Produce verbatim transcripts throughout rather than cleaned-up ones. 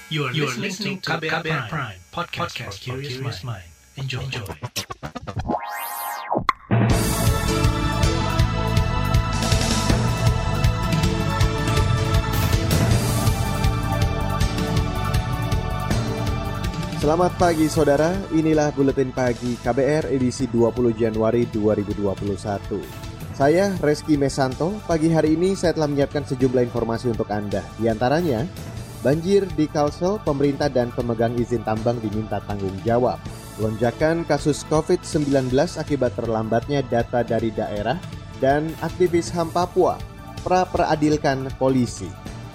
You are listening to K B R Prime, podcast for curious mind. Enjoy. Enjoy. Selamat pagi saudara, inilah Buletin Pagi K B R edisi dua puluh Januari dua ribu dua puluh satu. Saya Reski Mesanto, pagi hari ini saya telah menyiapkan sejumlah informasi untuk Anda. Di antaranya, banjir di Kalsel, pemerintah dan pemegang izin tambang diminta tanggung jawab. Lonjakan kasus covid sembilan belas akibat terlambatnya data dari daerah, dan aktivis H A M Papua pra-peradilkan polisi.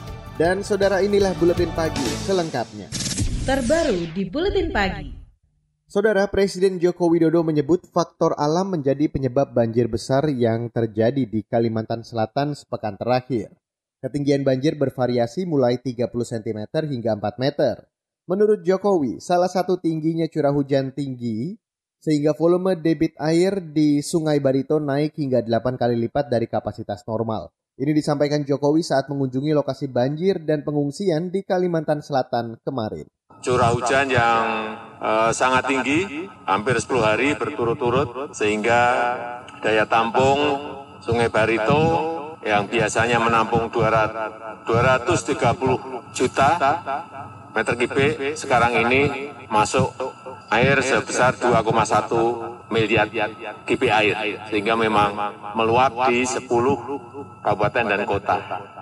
Dan saudara, inilah Buletin Pagi selengkapnya. Terbaru di Buletin Pagi. Saudara, Presiden Joko Widodo menyebut faktor alam menjadi penyebab banjir besar yang terjadi di Kalimantan Selatan sepekan terakhir. Ketinggian banjir bervariasi mulai tiga puluh sentimeter hingga empat meter. Menurut Jokowi, salah satu tingginya curah hujan tinggi sehingga volume debit air di Sungai Barito naik hingga delapan kali lipat dari kapasitas normal. Ini disampaikan Jokowi saat mengunjungi lokasi banjir dan pengungsian di Kalimantan Selatan kemarin. Curah hujan yang uh, sangat tinggi, hampir sepuluh hari berturut-turut, sehingga daya tampung Sungai Barito yang biasanya menampung dua ratus tiga puluh juta meter kubik, sekarang ini masuk air sebesar dua koma satu miliar kubik air, sehingga memang meluap di sepuluh kabupaten dan kota.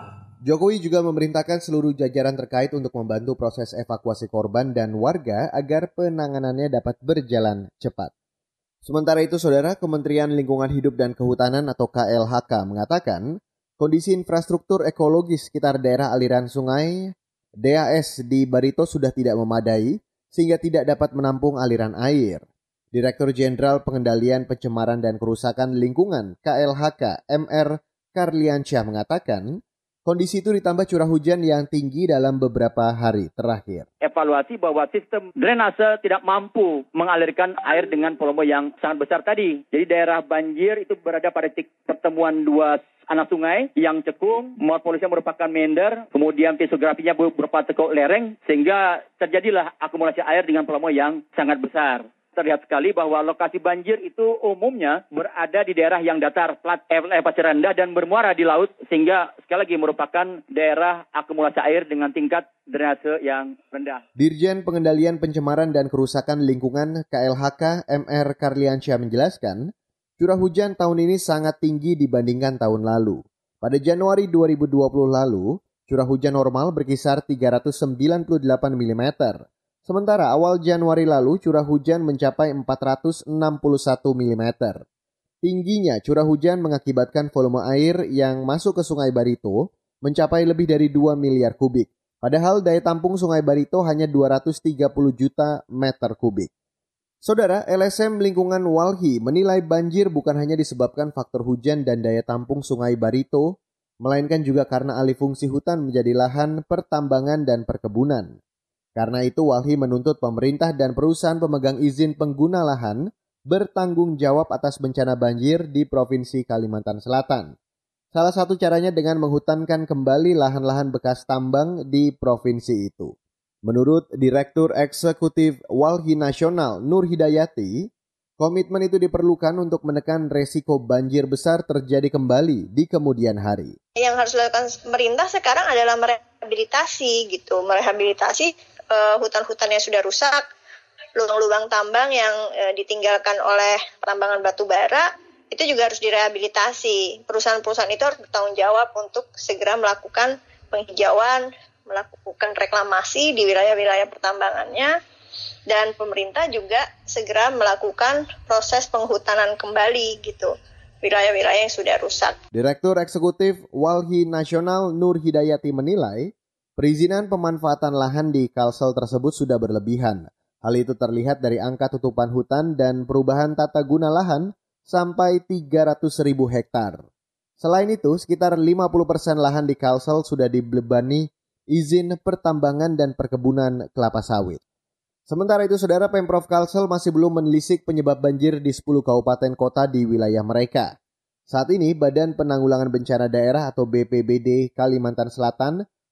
Jokowi juga memerintahkan seluruh jajaran terkait untuk membantu proses evakuasi korban dan warga agar penanganannya dapat berjalan cepat. Sementara itu, saudara, Kementerian Lingkungan Hidup dan Kehutanan atau K L H K mengatakan kondisi infrastruktur ekologis sekitar daerah aliran sungai D A S di Barito sudah tidak memadai sehingga tidak dapat menampung aliran air. Direktur Jenderal Pengendalian Pencemaran dan Kerusakan Lingkungan K L H K M R Karliansyah mengatakan kondisi itu ditambah curah hujan yang tinggi dalam beberapa hari terakhir. Evaluasi bahwa sistem drainase tidak mampu mengalirkan air dengan volume yang sangat besar tadi. Jadi daerah banjir itu berada pada titik pertemuan dua anak sungai yang cekung, morfologisnya merupakan meander, kemudian fisiografinya berupa tekuk lereng, sehingga terjadilah akumulasi air dengan volume yang sangat besar. Terlihat sekali bahwa lokasi banjir itu umumnya berada di daerah yang datar, plat elevasi rendah dan bermuara di laut, sehingga sekali lagi merupakan daerah akumulasi air dengan tingkat drainase yang rendah. Dirjen Pengendalian Pencemaran dan Kerusakan Lingkungan K L H K M R Karliansyah menjelaskan, curah hujan tahun ini sangat tinggi dibandingkan tahun lalu. Pada Januari dua ribu dua puluh lalu, curah hujan normal berkisar tiga ratus sembilan puluh delapan milimeter. Sementara awal Januari lalu curah hujan mencapai empat ratus enam puluh satu milimeter. Tingginya curah hujan mengakibatkan volume air yang masuk ke Sungai Barito mencapai lebih dari dua miliar kubik. Padahal daya tampung Sungai Barito hanya dua ratus tiga puluh juta meter kubik. Saudara, L S M Lingkungan Walhi menilai banjir bukan hanya disebabkan faktor hujan dan daya tampung Sungai Barito, melainkan juga karena alih fungsi hutan menjadi lahan pertambangan dan perkebunan. Karena itu, Walhi menuntut pemerintah dan perusahaan pemegang izin pengguna lahan bertanggung jawab atas bencana banjir di Provinsi Kalimantan Selatan. Salah satu caranya dengan menghutankan kembali lahan-lahan bekas tambang di provinsi itu. Menurut Direktur Eksekutif Walhi Nasional Nur Hidayati, komitmen itu diperlukan untuk menekan resiko banjir besar terjadi kembali di kemudian hari. Yang harus dilakukan pemerintah sekarang adalah merehabilitasi gitu, merehabilitasi Uh, hutan-hutan yang sudah rusak, lubang-lubang tambang yang uh, ditinggalkan oleh pertambangan batu bara, itu juga harus direhabilitasi. Perusahaan-perusahaan itu harus bertanggung jawab untuk segera melakukan penghijauan, melakukan reklamasi di wilayah-wilayah pertambangannya, dan pemerintah juga segera melakukan proses penghutanan kembali gitu, wilayah-wilayah yang sudah rusak. Direktur Eksekutif Walhi Nasional Nur Hidayati menilai, perizinan pemanfaatan lahan di Kalsel tersebut sudah berlebihan. Hal itu terlihat dari angka tutupan hutan dan perubahan tata guna lahan sampai tiga ratus ribu hektar. Selain itu, sekitar lima puluh persen lahan di Kalsel sudah dibebani izin pertambangan dan perkebunan kelapa sawit. Sementara itu, saudara, Pemprov Kalsel masih belum menelisik penyebab banjir di sepuluh kabupaten kota di wilayah mereka. Saat ini, Badan Penanggulangan Bencana Daerah atau B P B D Kalimantan Selatan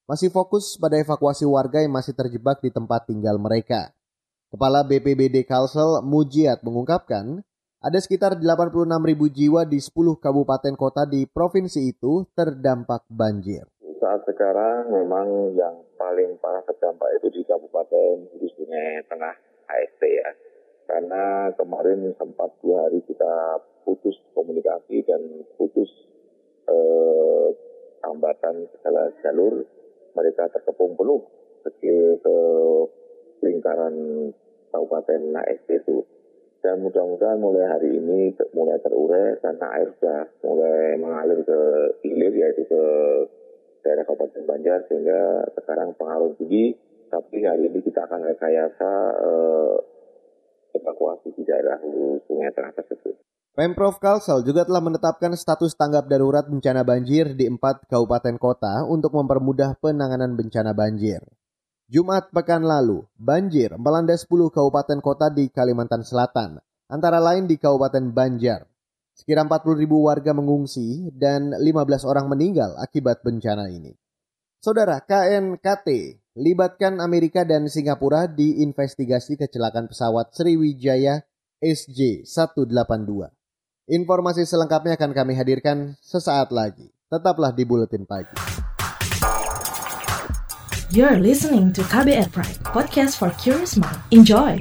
masih fokus pada evakuasi warga yang masih terjebak di tempat tinggal mereka. Kepala B P B D Kalsel, Mujiat, mengungkapkan ada sekitar delapan puluh enam ribu jiwa di sepuluh kabupaten kota di provinsi itu terdampak banjir. Saat sekarang memang yang paling parah terdampak itu di Kabupaten Hulu Sungai Tengah A S T ya. Karena kemarin sempat dua hari kita putus komunikasi dan putus eh, hambatan segala jalur. Mereka terkepung penuh ke, ke lingkaran Kabupaten A S T itu. Dan mudah-mudahan mulai hari ini mulai terurai karena air sudah mulai mengalir ke hilir, yaitu ke daerah Kabupaten Banjar, sehingga sekarang pengaruh tinggi. Tapi hari ini kita akan rekayasa eh, evakuasi di daerah Hulu Sungai Tengah tersebut. Pemprov Kalsel juga telah menetapkan status tanggap darurat bencana banjir di empat kabupaten kota untuk mempermudah penanganan bencana banjir. Jumat pekan lalu, banjir melanda sepuluh kabupaten kota di Kalimantan Selatan, antara lain di Kabupaten Banjar. Sekira empat puluh ribu warga mengungsi dan lima belas orang meninggal akibat bencana ini. Saudara, K N K T libatkan Amerika dan Singapura di investigasi kecelakaan pesawat Sriwijaya S J seratus delapan puluh dua. Informasi selengkapnya akan kami hadirkan sesaat lagi. Tetaplah di Buletin Pagi. You're listening to K B R Prime, podcast for curious mind. Enjoy!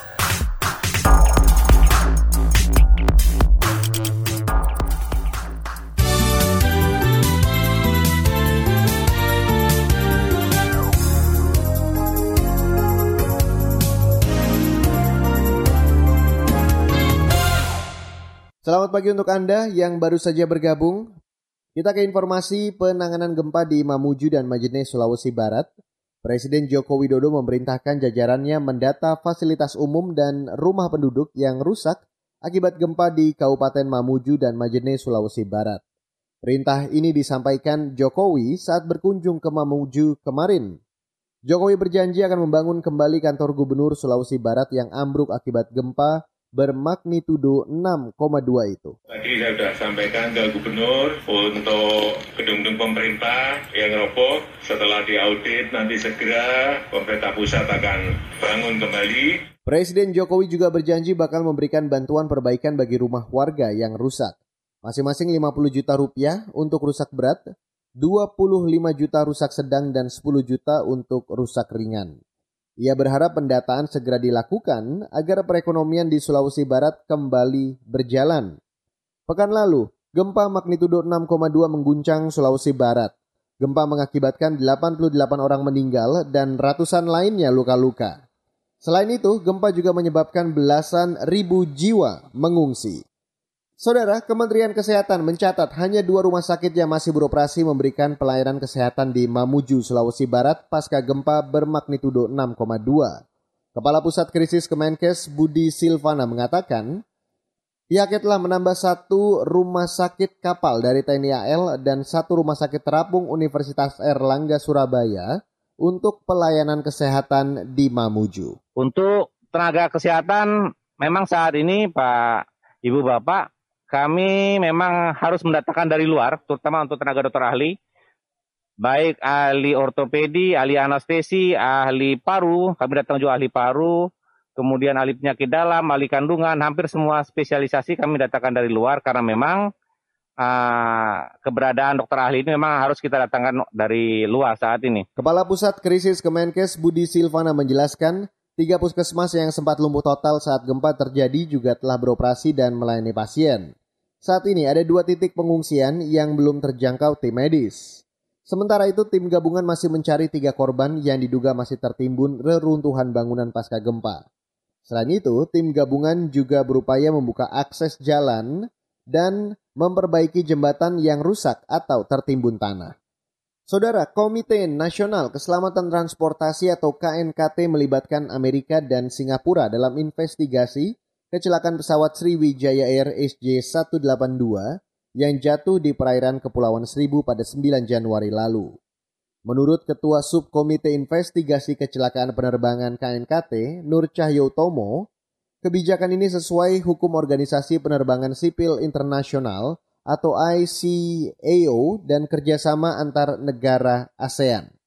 Selamat pagi untuk Anda yang baru saja bergabung. Kita ke informasi penanganan gempa di Mamuju dan Majene, Sulawesi Barat. Presiden Joko Widodo memerintahkan jajarannya mendata fasilitas umum dan rumah penduduk yang rusak akibat gempa di Kabupaten Mamuju dan Majene, Sulawesi Barat. Perintah ini disampaikan Jokowi saat berkunjung ke Mamuju kemarin. Jokowi berjanji akan membangun kembali kantor gubernur Sulawesi Barat yang ambruk akibat gempa bermagnitudo enam koma dua itu. Tadi saya sudah sampaikan ke gubernur untuk gedung-gedung pemerintah yang roboh. Setelah diaudit nanti segera pemerintah pusat akan bangun kembali. Presiden Jokowi juga berjanji bakal memberikan bantuan perbaikan bagi rumah warga yang rusak. Masing-masing lima puluh juta rupiah untuk rusak berat, dua puluh lima juta rusak sedang dan sepuluh juta untuk rusak ringan. Ia berharap pendataan segera dilakukan agar perekonomian di Sulawesi Barat kembali berjalan. Pekan lalu, gempa magnitudo enam koma dua mengguncang Sulawesi Barat. Gempa mengakibatkan delapan puluh delapan orang meninggal dan ratusan lainnya luka-luka. Selain itu, gempa juga menyebabkan belasan ribu jiwa mengungsi. Saudara, Kementerian Kesehatan mencatat hanya dua rumah sakit yang masih beroperasi memberikan pelayanan kesehatan di Mamuju, Sulawesi Barat pasca gempa bermagnitudo enam koma dua. Kepala Pusat Krisis Kemenkes Budi Silvana mengatakan, pihaknya telah menambah satu rumah sakit kapal dari T N I A L dan satu rumah sakit terapung Universitas Airlangga Surabaya untuk pelayanan kesehatan di Mamuju. Untuk tenaga kesehatan memang saat ini Pak, Ibu, Bapak, kami memang harus mendatangkan dari luar, terutama untuk tenaga dokter ahli, baik ahli ortopedi, ahli anestesi, ahli paru, kami datang juga ahli paru, kemudian ahli penyakit dalam, ahli kandungan, hampir semua spesialisasi kami datangkan dari luar karena memang uh, keberadaan dokter ahli ini memang harus kita datangkan dari luar saat ini. Kepala Pusat Krisis Kemenkes Budi Silvana menjelaskan, tiga puskesmas yang sempat lumpuh total saat gempa terjadi juga telah beroperasi dan melayani pasien. Saat ini ada dua titik pengungsian yang belum terjangkau tim medis. Sementara itu tim gabungan masih mencari tiga korban yang diduga masih tertimbun reruntuhan bangunan pasca gempa. Selain itu, tim gabungan juga berupaya membuka akses jalan dan memperbaiki jembatan yang rusak atau tertimbun tanah. Saudara, Komite Nasional Keselamatan Transportasi atau K N K T melibatkan Amerika dan Singapura dalam investigasi kecelakaan pesawat Sriwijaya Air S J seratus delapan puluh dua yang jatuh di perairan Kepulauan Seribu pada sembilan Januari lalu. Menurut Ketua Subkomite Investigasi Kecelakaan Penerbangan K N K T, Nur Cahyotomo, kebijakan ini sesuai Hukum Organisasi Penerbangan Sipil Internasional atau I C A O dan kerjasama antar negara ASEAN.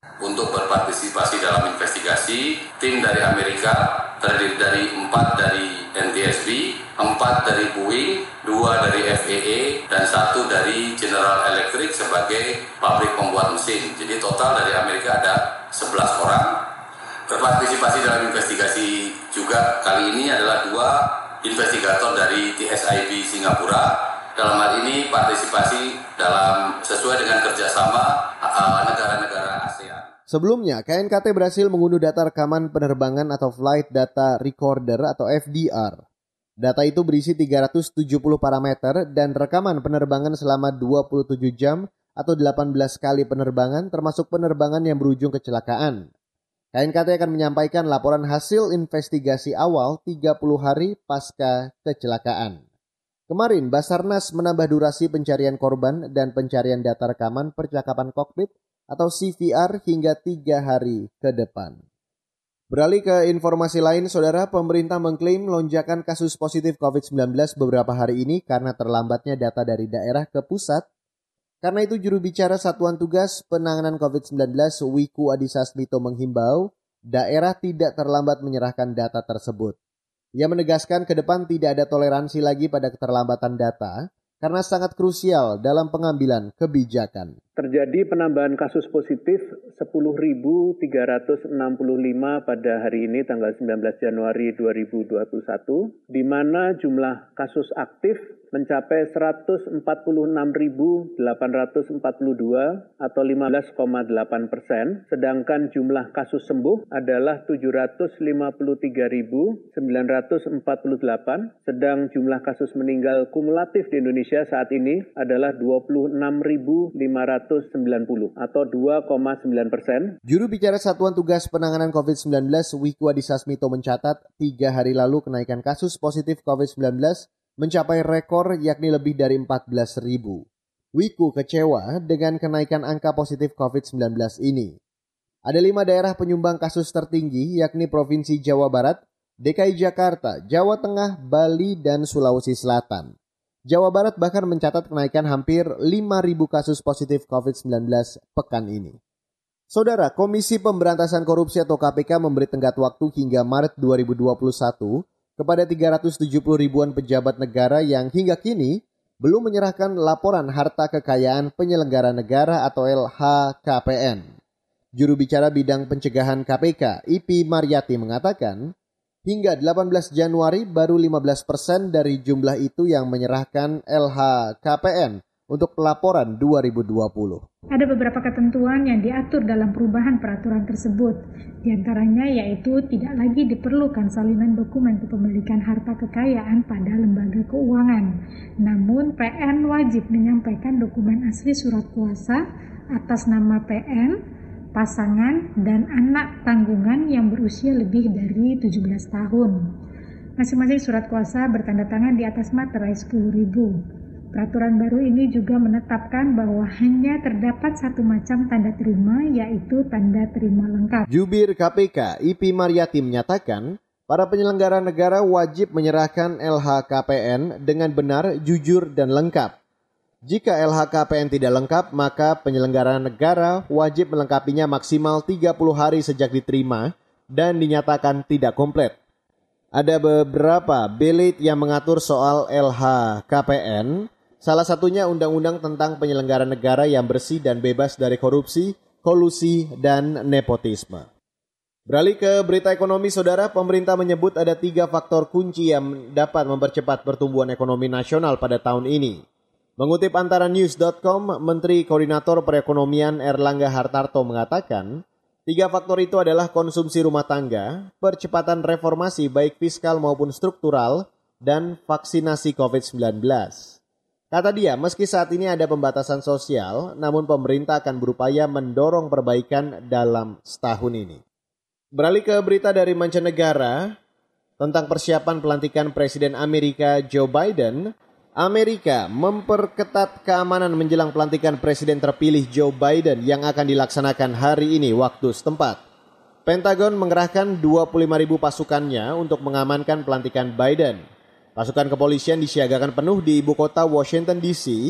Untuk berpartisipasi dalam investigasi, tim dari Amerika terdiri dari empat dari N T S B, empat dari Boeing, dua dari F A A, dan satu dari General Electric sebagai pabrik pembuat mesin. Jadi total dari Amerika ada sebelas orang. Berpartisipasi dalam investigasi juga kali ini adalah dua investigator dari T S I B Singapura. Dalam hal ini partisipasi dalam sesuai dengan kerjasama uh, negara-negara ASEAN. Sebelumnya, K N K T berhasil mengunduh data rekaman penerbangan atau Flight Data Recorder atau F D R. Data itu berisi tiga ratus tujuh puluh parameter dan rekaman penerbangan selama dua puluh tujuh jam atau delapan belas kali penerbangan termasuk penerbangan yang berujung kecelakaan. K N K T akan menyampaikan laporan hasil investigasi awal tiga puluh hari pasca kecelakaan. Kemarin, Basarnas menambah durasi pencarian korban dan pencarian data rekaman percakapan kokpit atau C V R hingga tiga hari ke depan. Beralih ke informasi lain, saudara, pemerintah mengklaim lonjakan kasus positif covid sembilan belas beberapa hari ini karena terlambatnya data dari daerah ke pusat. Karena itu, juru bicara Satuan Tugas Penanganan covid sembilan belas Wiku Adhisa Smito menghimbau daerah tidak terlambat menyerahkan data tersebut. Ia menegaskan ke depan tidak ada toleransi lagi pada keterlambatan data karena sangat krusial dalam pengambilan kebijakan. Terjadi penambahan kasus positif sepuluh ribu tiga ratus enam puluh lima pada hari ini tanggal sembilan belas Januari dua ribu dua puluh satu, di mana jumlah kasus aktif mencapai seratus empat puluh enam ribu delapan ratus empat puluh dua atau lima belas koma delapan persen, sedangkan jumlah kasus sembuh adalah tujuh ratus lima puluh tiga ribu sembilan ratus empat puluh delapan, sedang jumlah kasus meninggal kumulatif di Indonesia saat ini adalah dua puluh enam ribu lima ratus sembilan puluh atau dua koma sembilan persen. Juru bicara Satuan Tugas Penanganan covid sembilan belas Wiku Adhisa Smito mencatat tiga hari lalu kenaikan kasus positif covid sembilan belas mencapai rekor yakni lebih dari empat belas ribu. Wiku kecewa dengan kenaikan angka positif covid sembilan belas ini. Ada lima daerah penyumbang kasus tertinggi yakni Provinsi Jawa Barat, D K I Jakarta, Jawa Tengah, Bali, dan Sulawesi Selatan. Jawa Barat bahkan mencatat kenaikan hampir lima ribu kasus positif covid sembilan belas pekan ini. Saudara, Komisi Pemberantasan Korupsi atau K P K memberi tenggat waktu hingga Maret dua ribu dua puluh satu kepada tiga ratus tujuh puluh ribuan pejabat negara yang hingga kini belum menyerahkan laporan harta kekayaan penyelenggara negara atau L H K P N. Juru bicara bidang pencegahan K P K, I P Mariati mengatakan, hingga delapan belas Januari baru lima belas persen dari jumlah itu yang menyerahkan L H K P N untuk pelaporan dua ribu dua puluh. Ada beberapa ketentuan yang diatur dalam perubahan peraturan tersebut. Di antaranya yaitu tidak lagi diperlukan salinan dokumen kepemilikan harta kekayaan pada lembaga keuangan. Namun P N wajib menyampaikan dokumen asli surat kuasa atas nama P N, pasangan, dan anak tanggungan yang berusia lebih dari tujuh belas tahun. Masing-masing surat kuasa bertanda tangan di atas materai sepuluh ribu. Peraturan baru ini juga menetapkan bahwa hanya terdapat satu macam tanda terima, yaitu tanda terima lengkap. Jubir K P K, I P Mariati menyatakan, para penyelenggara negara wajib menyerahkan L H K P N dengan benar, jujur, dan lengkap. Jika L H K P N tidak lengkap, maka penyelenggara negara wajib melengkapinya maksimal tiga puluh hari sejak diterima dan dinyatakan tidak komplit. Ada beberapa belit yang mengatur soal L H K P N, salah satunya Undang-Undang tentang Penyelenggara Negara yang bersih dan bebas dari korupsi, kolusi, dan nepotisme. Beralih ke berita ekonomi, saudara, pemerintah menyebut ada tiga faktor kunci yang dapat mempercepat pertumbuhan ekonomi nasional pada tahun ini. Mengutip antara news dot com, Menteri Koordinator Perekonomian Erlangga Hartarto mengatakan, tiga faktor itu adalah konsumsi rumah tangga, percepatan reformasi baik fiskal maupun struktural, dan vaksinasi covid sembilan belas. Kata dia, meski saat ini ada pembatasan sosial, namun pemerintah akan berupaya mendorong perbaikan dalam setahun ini. Beralih ke berita dari mancanegara tentang persiapan pelantikan Presiden Amerika Joe Biden. Amerika memperketat keamanan menjelang pelantikan Presiden terpilih Joe Biden yang akan dilaksanakan hari ini waktu setempat. Pentagon mengerahkan dua puluh lima ribu pasukannya untuk mengamankan pelantikan Biden. Pasukan kepolisian disiagakan penuh di ibu kota Washington D C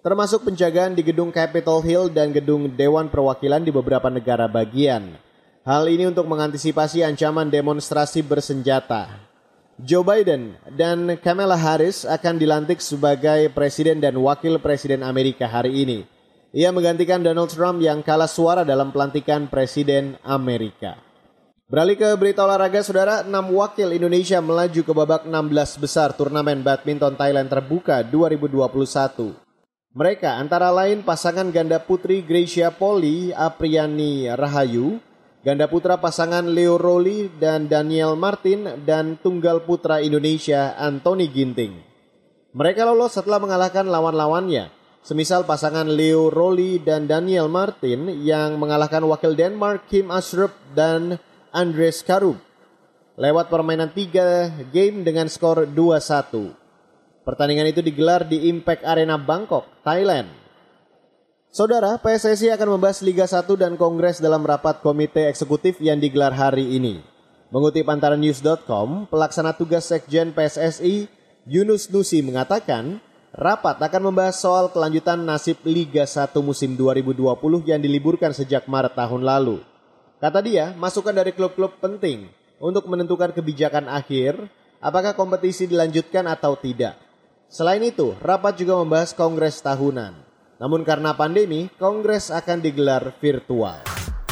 termasuk penjagaan di gedung Capitol Hill dan gedung Dewan Perwakilan di beberapa negara bagian. Hal ini untuk mengantisipasi ancaman demonstrasi bersenjata. Joe Biden dan Kamala Harris akan dilantik sebagai Presiden dan Wakil Presiden Amerika hari ini. Ia menggantikan Donald Trump yang kalah suara dalam pelantikan Presiden Amerika. Beralih ke berita olahraga, saudara, enam wakil Indonesia melaju ke babak enam belas besar turnamen badminton Thailand terbuka dua ribu dua puluh satu. Mereka antara lain pasangan ganda putri Gracia Poli Apriani Rahayu, ganda putra pasangan Leo Rolly dan Daniel Martin, dan tunggal putra Indonesia Anthony Ginting. Mereka lolos setelah mengalahkan lawan-lawannya, semisal pasangan Leo Rolly dan Daniel Martin yang mengalahkan wakil Denmark Kim Astrup dan Andres Karub lewat permainan tiga game dengan skor dua satu. Pertandingan itu digelar di Impact Arena Bangkok, Thailand. Saudara, P S S I akan membahas Liga satu dan Kongres dalam rapat komite eksekutif yang digelar hari ini. Mengutip antara news dot com, pelaksana tugas Sekjen P S S I, Yunus Nusi, mengatakan rapat akan membahas soal kelanjutan nasib Liga satu musim dua ribu dua puluh yang diliburkan sejak Maret tahun lalu. Kata dia, masukan dari klub-klub penting untuk menentukan kebijakan akhir, apakah kompetisi dilanjutkan atau tidak. Selain itu, rapat juga membahas Kongres tahunan. Namun karena pandemi, Kongres akan digelar virtual.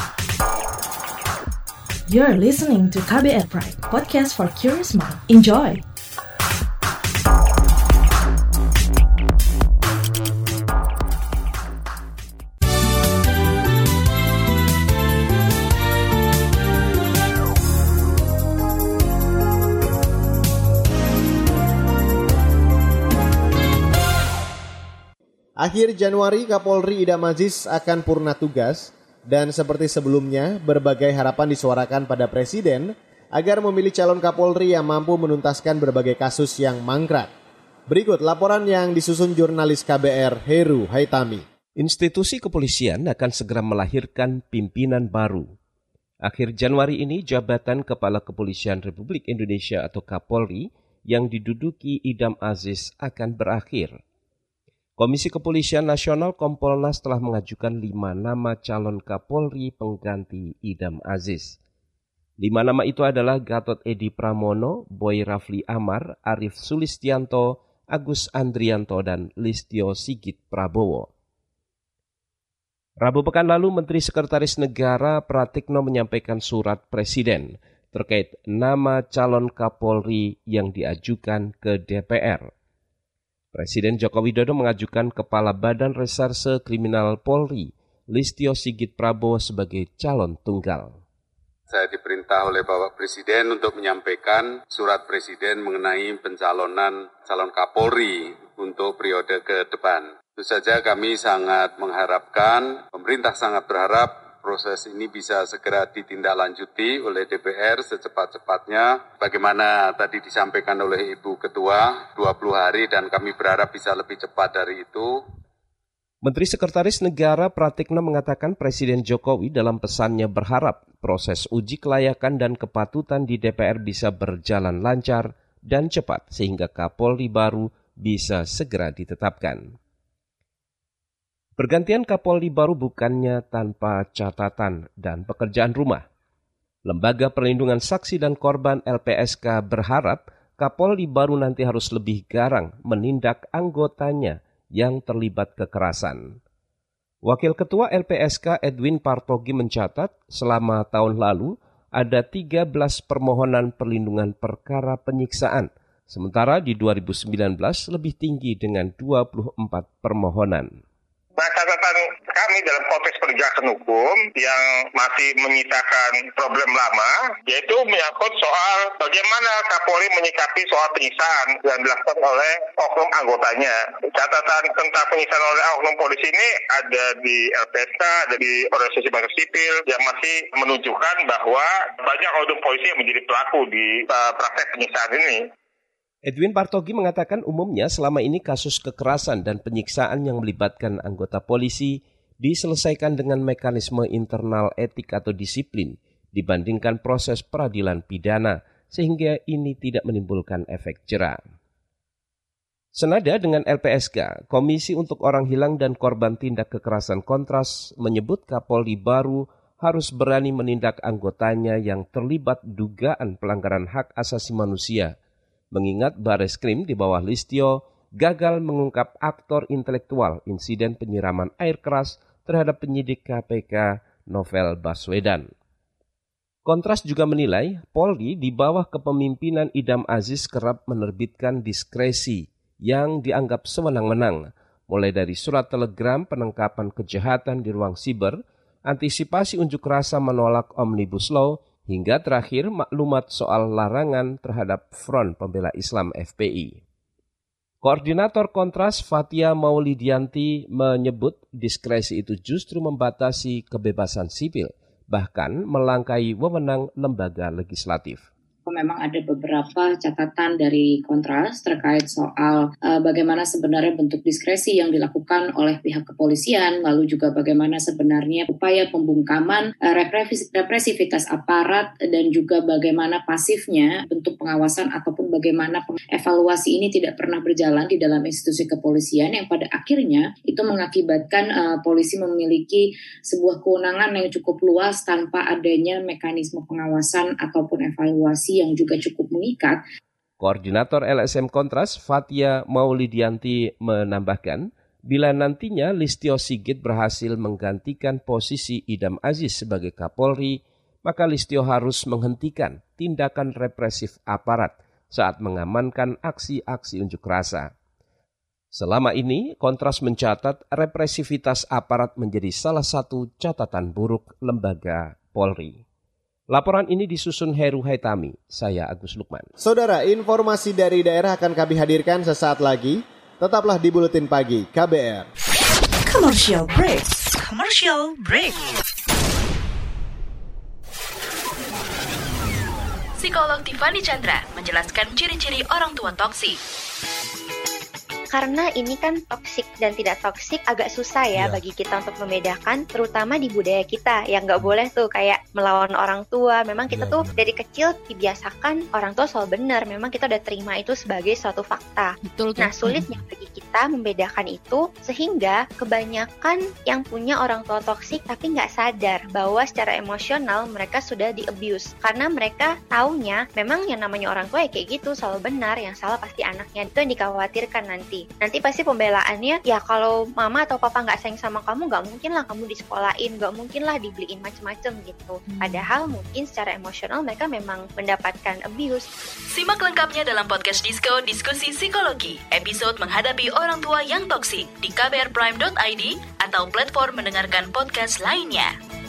You're listening to K B R Pride, podcast for curious mind. Enjoy! Akhir Januari, Kapolri Idam Aziz akan purna tugas dan seperti sebelumnya, berbagai harapan disuarakan pada Presiden agar memilih calon Kapolri yang mampu menuntaskan berbagai kasus yang mangkrak. Berikut laporan yang disusun jurnalis K B R Heru Haitami. Institusi kepolisian akan segera melahirkan pimpinan baru. Akhir Januari ini, jabatan Kepala Kepolisian Republik Indonesia atau Kapolri yang diduduki Idam Aziz akan berakhir. Komisi Kepolisian Nasional Kompolnas telah mengajukan lima nama calon Kapolri pengganti Idam Aziz. Lima nama itu adalah Gatot Edi Pramono, Boy Rafli Amar, Arief Sulistianto, Agus Andrianto, dan Listio Sigit Prabowo. Rabu pekan lalu, Menteri Sekretaris Negara Pratikno menyampaikan surat Presiden terkait nama calon Kapolri yang diajukan ke D P R. Presiden Joko Widodo mengajukan Kepala Badan Reserse Kriminal Polri, Listio Sigit Prabowo, sebagai calon tunggal. Saya diperintah oleh Bapak Presiden untuk menyampaikan surat Presiden mengenai pencalonan calon Kapolri untuk periode ke depan. Tentu saja kami sangat mengharapkan, pemerintah sangat berharap proses ini bisa segera ditindaklanjuti oleh D P R secepat-cepatnya. Bagaimana tadi disampaikan oleh Ibu Ketua, dua puluh hari dan kami berharap bisa lebih cepat dari itu. Menteri Sekretaris Negara Pratikno mengatakan Presiden Jokowi dalam pesannya berharap proses uji kelayakan dan kepatutan di D P R bisa berjalan lancar dan cepat sehingga Kapolri baru bisa segera ditetapkan. Pergantian Kapolri baru bukannya tanpa catatan dan pekerjaan rumah. Lembaga Perlindungan Saksi dan Korban L P S K berharap Kapolri baru nanti harus lebih garang menindak anggotanya yang terlibat kekerasan. Wakil Ketua L P S K Edwin Partogi mencatat selama tahun lalu ada tiga belas permohonan perlindungan perkara penyiksaan, sementara di dua ribu sembilan belas lebih tinggi dengan dua puluh empat permohonan. Nah, catatan kami dalam konteks penegakan hukum yang masih menyisakan problem lama, yaitu menyangkut soal bagaimana Kapolri menyikapi soal penyiksaan yang dilakukan oleh oknum anggotanya. Catatan tentang penyiksaan oleh oknum polisi ini ada di L P S K, ada di organisasi masyarakat sipil yang masih menunjukkan bahwa banyak oknum polisi yang menjadi pelaku di uh, praktek penyiksaan ini. Edwin Partogi mengatakan umumnya selama ini kasus kekerasan dan penyiksaan yang melibatkan anggota polisi diselesaikan dengan mekanisme internal etik atau disiplin dibandingkan proses peradilan pidana, sehingga ini tidak menimbulkan efek jera. Senada dengan L P S K, Komisi untuk Orang Hilang dan Korban Tindak Kekerasan Kontras menyebut Kapolri baru harus berani menindak anggotanya yang terlibat dugaan pelanggaran hak asasi manusia, mengingat Bareskrim di bawah Listio gagal mengungkap aktor intelektual insiden penyiraman air keras terhadap penyidik K P K Novel Baswedan. Kontras juga menilai Polri di bawah kepemimpinan Idam Aziz kerap menerbitkan diskresi yang dianggap sewenang-wenang, mulai dari surat telegram penangkapan kejahatan di ruang siber, antisipasi unjuk rasa menolak Omnibus Law, hingga terakhir maklumat soal larangan terhadap Front Pembela Islam F P I. Koordinator Kontras Fathia Maulidianti menyebut diskresi itu justru membatasi kebebasan sipil, bahkan melangkahi wewenang lembaga legislatif. Memang ada beberapa catatan dari Kontras terkait soal uh, bagaimana sebenarnya bentuk diskresi yang dilakukan oleh pihak kepolisian, lalu juga bagaimana sebenarnya upaya pembungkaman uh, repres- represivitas aparat dan juga bagaimana pasifnya bentuk pengawasan ataupun bagaimana evaluasi ini tidak pernah berjalan di dalam institusi kepolisian yang pada akhirnya itu mengakibatkan uh, polisi memiliki sebuah kewenangan yang cukup luas tanpa adanya mekanisme pengawasan ataupun evaluasi yang juga cukup mengikat. Koordinator L S M Kontras Fathia Maulidianti menambahkan, bila nantinya Listio Sigit berhasil menggantikan posisi Idam Aziz sebagai Kapolri, maka Listio harus menghentikan tindakan represif aparat saat mengamankan aksi-aksi unjuk rasa. Selama ini, Kontras mencatat represivitas aparat menjadi salah satu catatan buruk lembaga Polri. Laporan ini disusun Heru Haitami, saya Agus Lukman. Saudara, informasi dari daerah akan kami hadirkan sesaat lagi. Tetaplah di Buletin Pagi K B R. Commercial break. Commercial break. Psikolog Tiffany Chandra menjelaskan ciri-ciri orang tua toksik. Karena ini kan toksik dan tidak toksik agak susah ya, ya bagi kita untuk membedakan, terutama di budaya kita yang nggak boleh tuh kayak melawan orang tua. Memang kita ya, tuh ya. dari kecil dibiasakan orang tua selalu benar. Memang kita udah terima itu sebagai suatu fakta. Betul, nah sulitnya bagi kita membedakan itu, sehingga kebanyakan yang punya orang tua toksik tapi nggak sadar bahwa secara emosional mereka sudah di-abuse. Karena mereka taunya memang yang namanya orang tua ya kayak gitu, selalu benar, yang salah pasti anaknya. Itu yang dikhawatirkan nanti. Nanti pasti pembelaannya, ya kalau mama atau papa nggak sayang sama kamu, nggak mungkin lah kamu disekolahin, nggak mungkin lah dibeliin macem-macem gitu. Hmm. Padahal mungkin secara emosional mereka memang mendapatkan abuse. Simak lengkapnya dalam podcast Disko Diskusi Psikologi, episode menghadapi orang tua yang toksik di k b r prime dot i d atau platform mendengarkan podcast lainnya.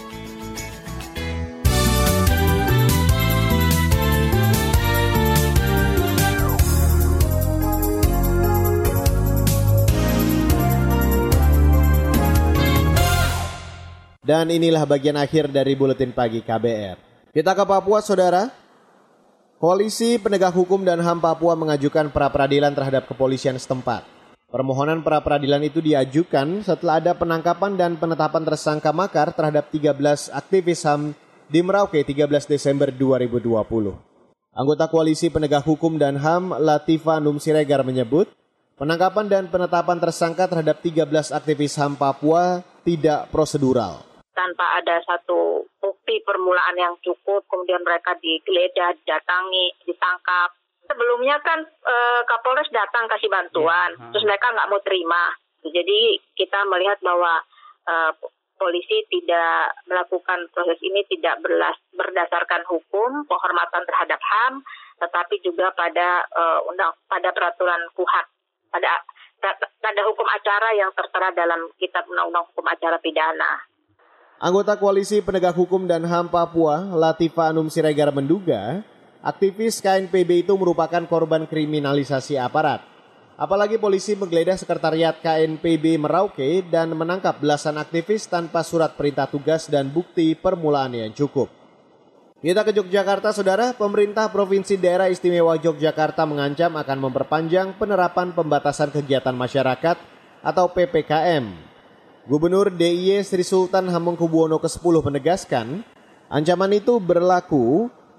Dan inilah bagian akhir dari Buletin Pagi K B R. Kita ke Papua, Saudara. Koalisi Penegak Hukum dan H A M Papua mengajukan pra-peradilan terhadap kepolisian setempat. Permohonan pra-peradilan itu diajukan setelah ada penangkapan dan penetapan tersangka makar terhadap tiga belas aktivis H A M di Merauke tiga belas Desember dua ribu dua puluh. Anggota Koalisi Penegak Hukum dan H A M Latifa Num Siregar menyebut, penangkapan dan penetapan tersangka terhadap tiga belas aktivis H A M Papua tidak prosedural. Tanpa ada satu bukti permulaan yang cukup, kemudian mereka digeledah, didatangi, ditangkap. Sebelumnya kan e, Kapolres datang kasih bantuan, ya. terus mereka nggak mau terima. Jadi kita melihat bahwa e, polisi tidak melakukan proses ini tidak berlas, berdasarkan hukum, penghormatan terhadap H A M, tetapi juga pada e, undang pada peraturan K U H A, pada pada hukum acara yang tertera dalam Kitab Undang-Undang Hukum Acara Pidana. Anggota Koalisi Penegak Hukum dan H A M Papua, Latifa Num Siregar menduga, aktivis K N P B itu merupakan korban kriminalisasi aparat. Apalagi polisi menggeledah sekretariat K N P B Merauke dan menangkap belasan aktivis tanpa surat perintah tugas dan bukti permulaan yang cukup. Kita ke Yogyakarta, Saudara. Pemerintah Provinsi Daerah Istimewa Yogyakarta mengancam akan memperpanjang penerapan pembatasan kegiatan masyarakat atau P P K M. Gubernur D I Y Sri Sultan Hamengkubuwono ke sepuluh menegaskan, ancaman itu berlaku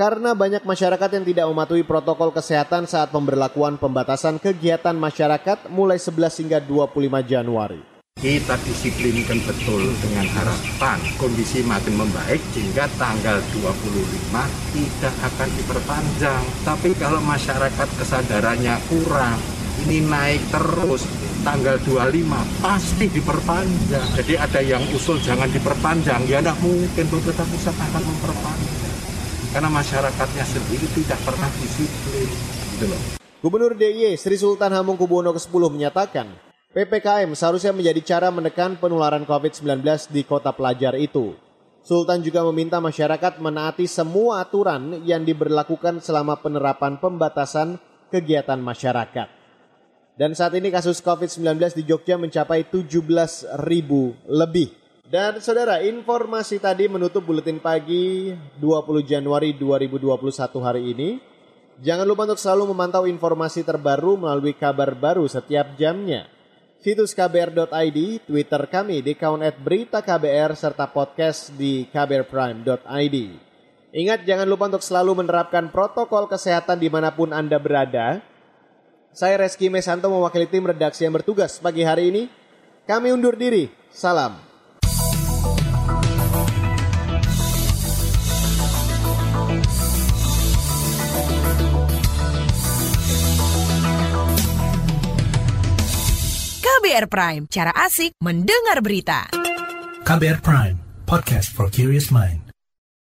karena banyak masyarakat yang tidak mematuhi protokol kesehatan saat pemberlakuan pembatasan kegiatan masyarakat mulai sebelas hingga dua puluh lima Januari. Kita disiplinkan betul dengan harapan kondisi makin membaik sehingga tanggal dua puluh lima tidak akan diperpanjang. Tapi kalau masyarakat kesadarannya kurang, ini naik terus, tanggal dua puluh lima pasti diperpanjang. Jadi ada yang usul jangan diperpanjang, ya tidak mungkin pemerintah pusat akan memperpanjang. Karena masyarakatnya sendiri tidak pernah disiplin. Gitu loh. Gubernur D I Y Sri Sultan Hamengkubuwono ke sepuluh menyatakan, P P K M seharusnya menjadi cara menekan penularan covid sembilan belas di kota pelajar itu. Sultan juga meminta masyarakat menaati semua aturan yang diberlakukan selama penerapan pembatasan kegiatan masyarakat. Dan saat ini kasus covid sembilan belas di Jogja mencapai tujuh belas ribu lebih. Dan saudara, informasi tadi menutup buletin pagi dua puluh Januari dua ribu dua puluh satu hari ini. Jangan lupa untuk selalu memantau informasi terbaru melalui kabar baru setiap jamnya. Situs k b r dot i d, Twitter kami di account at berita K B R, serta podcast di k b r prime dot i d. Ingat, jangan lupa untuk selalu menerapkan protokol kesehatan dimanapun Anda berada. Saya Reski Mesanto mewakili tim redaksi yang bertugas pagi hari ini. Kami undur diri. Salam. K B R Prime, cara asik mendengar berita. K B R Prime, podcast for curious mind.